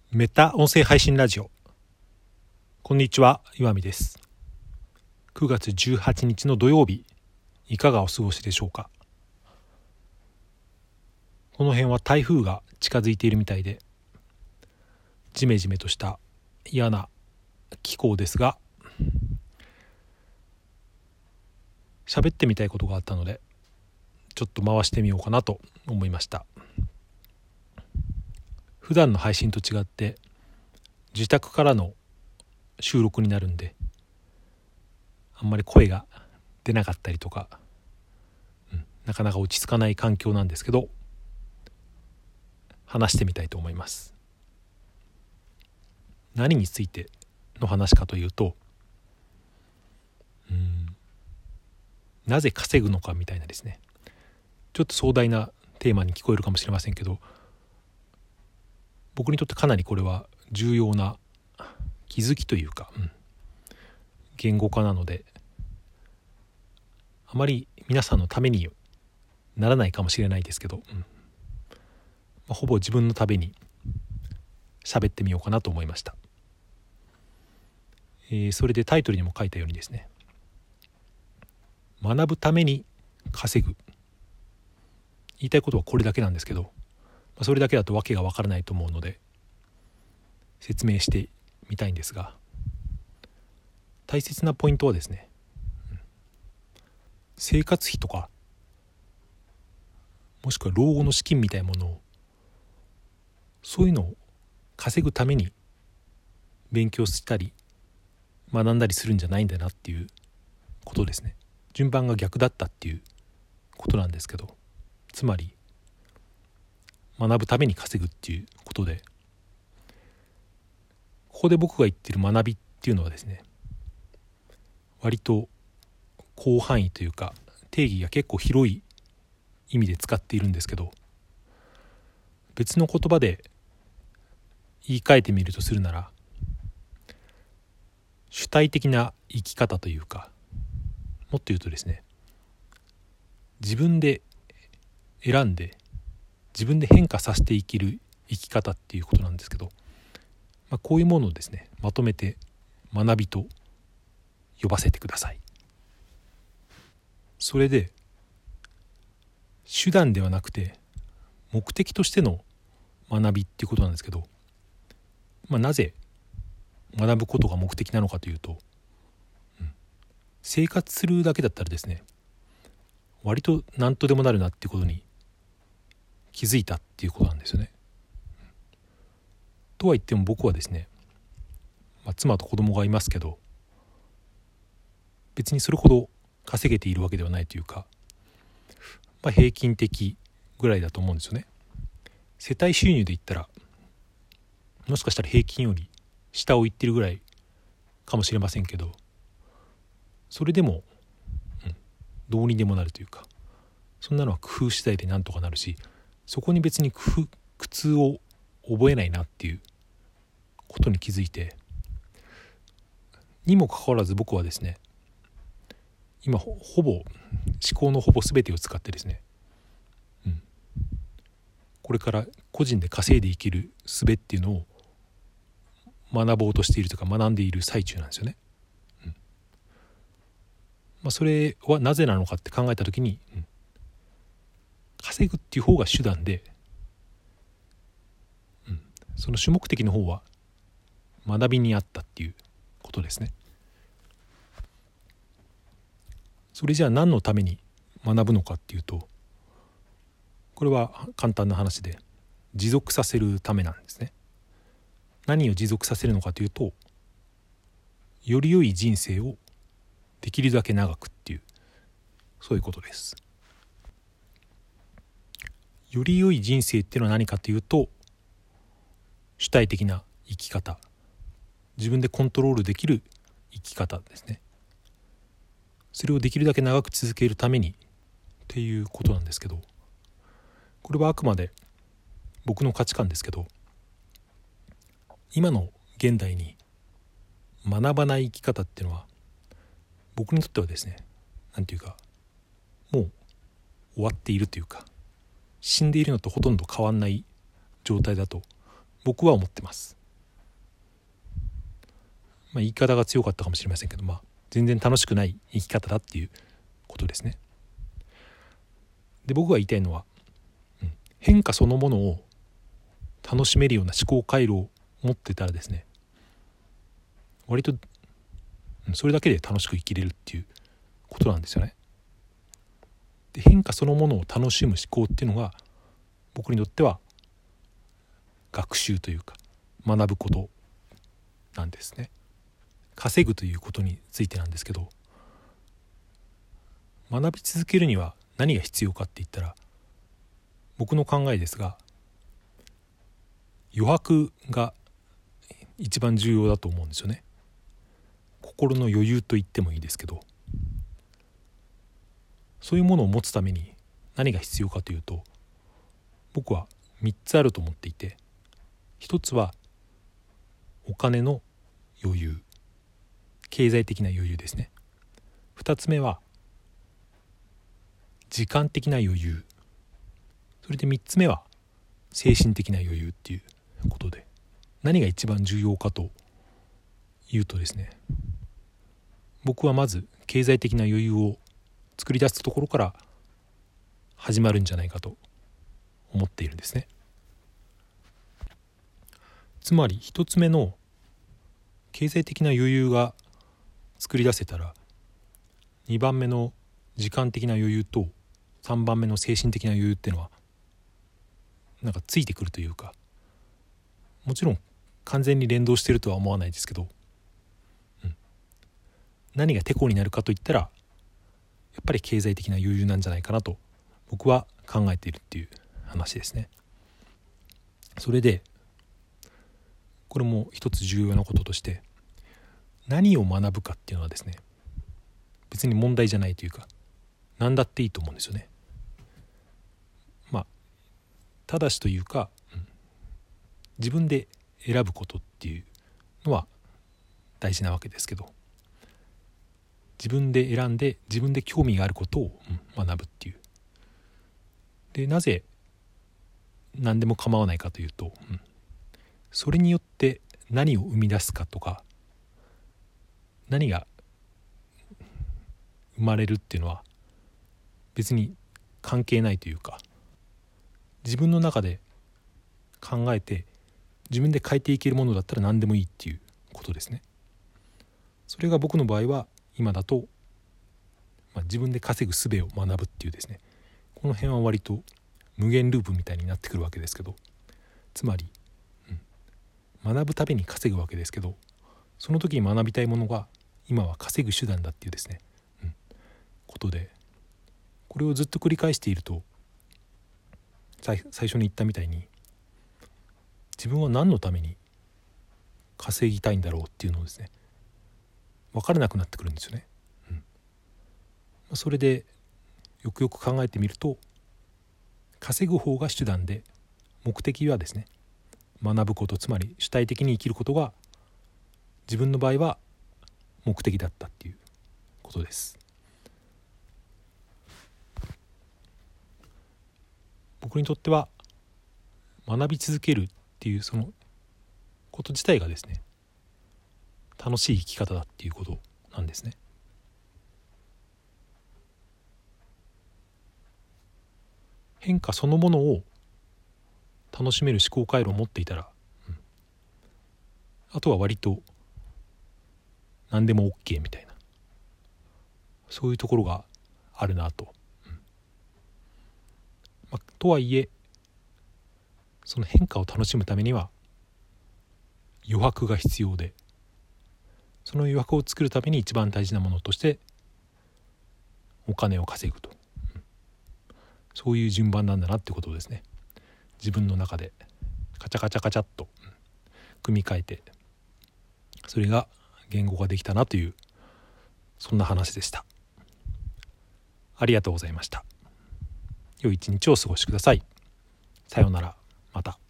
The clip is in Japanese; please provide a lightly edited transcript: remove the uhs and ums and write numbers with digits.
メタ音声配信ラジオ。こんにちは、岩見です。9月18日の土曜日、いかがお過ごしでしょうか。この辺は台風が近づいているみたいで、ジメジメとした嫌な気候ですが、喋ってみたいことがあったので、ちょっと回してみようかなと思いました。普段の配信と違って自宅からの収録になるんで、あんまり声が出なかったりとか、なかなか落ち着かない環境なんですけど、話してみたいと思います。何についての話かというと、なぜ稼ぐのかみたいなですね、ちょっと壮大なテーマに聞こえるかもしれませんけど、僕にとってかなりこれは重要な気づきというか、言語化なので、あまり皆さんのためにならないかもしれないですけど、ほぼ自分のために喋ってみようかなと思いました。それでタイトルにも書いたようにですね、学ぶために稼ぐ、言いたいことはこれだけなんですけど、それだけだと訳がわからないと思うので説明してみたいんですが、大切なポイントはですね、生活費とかもしくは老後の資金みたいなものを、そういうのを稼ぐために勉強したり学んだりするんじゃないんだなっていうことですね。順番が逆だったっていうことなんですけど、つまり学ぶために稼ぐっていうことで、ここで僕が言ってる学びっていうのはですね、割と広範囲というか定義が結構広い意味で使っているんですけど、別の言葉で言い換えてみるとするなら、主体的な生き方というか、もっと言うとですね、自分で選んで自分で変化させて生きる生き方っていうことなんですけど、こういうものをですね、まとめて学びと呼ばせてください。それで手段ではなくて目的としての学びっていうことなんですけど、なぜ学ぶことが目的なのかというと、生活するだけだったらですね、割と何とでもなるなっていうことに気づいたっていうことなんですよね。とは言っても僕はですね、妻と子供がいますけど、別にそれほど稼げているわけではないというか、平均的ぐらいだと思うんですよね。世帯収入で言ったらもしかしたら平均より下を行ってるぐらいかもしれませんけど、それでも、どうにでもなるというか、そんなのは工夫次第でなんとかなるし、そこに別に苦痛を覚えないなっていうことに気づいて、にもかかわらず僕はですね、今ほぼ思考のほぼ全てを使ってですね、これから個人で稼いでいける術っていうのを学ぼうとしているというか、学んでいる最中なんですよね。それはなぜなのかって考えたときに、稼ぐっていう方が手段で、その主目的の方は学びにあったっていうことですね。それじゃあ何のために学ぶのかっていうと、これは簡単な話で、持続させるためなんですね。何を持続させるのかというと、より良い人生をできるだけ長くっていう、そういうことです。より良い人生っていうのは何かというと、主体的な生き方、自分でコントロールできる生き方ですね。それをできるだけ長く続けるためにっていうことなんですけど、これはあくまで僕の価値観ですけど、今の現代に学ばない生き方っていうのは、僕にとってはですね、なんていうか、もう終わっているというか、死んでいるのとほとんど変わんない状態だと僕は思ってます。 言い方が強かったかもしれませんけど、全然楽しくない生き方だっていうことですね。で、僕が言いたいのは、変化そのものを楽しめるような思考回路を持ってたらですね、割とそれだけで楽しく生きれるっていうことなんですよね。で、変化そのものを楽しむ思考っていうのが僕にとっては学習というか学ぶことなんですね。稼ぐということについてなんですけど、学び続けるには何が必要かって言ったら、僕の考えですが、余白が一番重要だと思うんですよね。心の余裕と言ってもいいですけど、そういうものを持つために何が必要かというと、僕は3つあると思っていて、1つはお金の余裕、経済的な余裕ですね。2つ目は時間的な余裕、それで3つ目は精神的な余裕っていうことで、何が一番重要かというとですね、僕はまず経済的な余裕を作り出すところから始まるんじゃないかと思っているんですね。つまり一つ目の経済的な余裕が作り出せたら、2番目の時間的な余裕と3番目の精神的な余裕っていうのはなんかついてくるというか、もちろん完全に連動しているとは思わないですけど、何がテコになるかといったら、やっぱり経済的な余裕なんじゃないかなと僕は考えているっていう話ですね。それでこれも一つ重要なこととして、何を学ぶかっていうのはですね、別に問題じゃないというか、何だっていいと思うんですよね。ただしというか、自分で選ぶことっていうのは大事なわけですけど、自分で選んで自分で興味があることを学ぶっていう。で、なぜ何でも構わないかというと、それによって何を生み出すかとか、何が生まれるっていうのは別に関係ないというか、自分の中で考えて自分で変えていけるものだったら何でもいいっていうことですね。それが僕の場合は今だと、自分で稼ぐ術を学ぶっていうですね、この辺は割と無限ループみたいになってくるわけですけど、つまり、学ぶために稼ぐわけですけど、その時に学びたいものが今は稼ぐ手段だっていうですね、ことで、これをずっと繰り返していると、最初に言ったみたいに、自分は何のために稼ぎたいんだろうっていうのをですね、分からなくなってくるんですよね。それでよくよく考えてみると、稼ぐ方が手段で、目的はですね、学ぶこと、つまり主体的に生きることが自分の場合は目的だったっていうことです。僕にとっては学び続けるっていうそのこと自体がですね、楽しい生き方だっていうことなんですね。変化そのものを楽しめる思考回路を持っていたら、あとは割と何でも OK みたいな、そういうところがあるなと。とはいえ、その変化を楽しむためには余白が必要で、その余白を作るために一番大事なものとしてお金を稼ぐと、そういう順番なんだなってことをですね、自分の中でカチャカチャカチャっと組み替えて、それが言語化できたなという、そんな話でした。ありがとうございました。良い一日をお過ごしください。さようなら。また。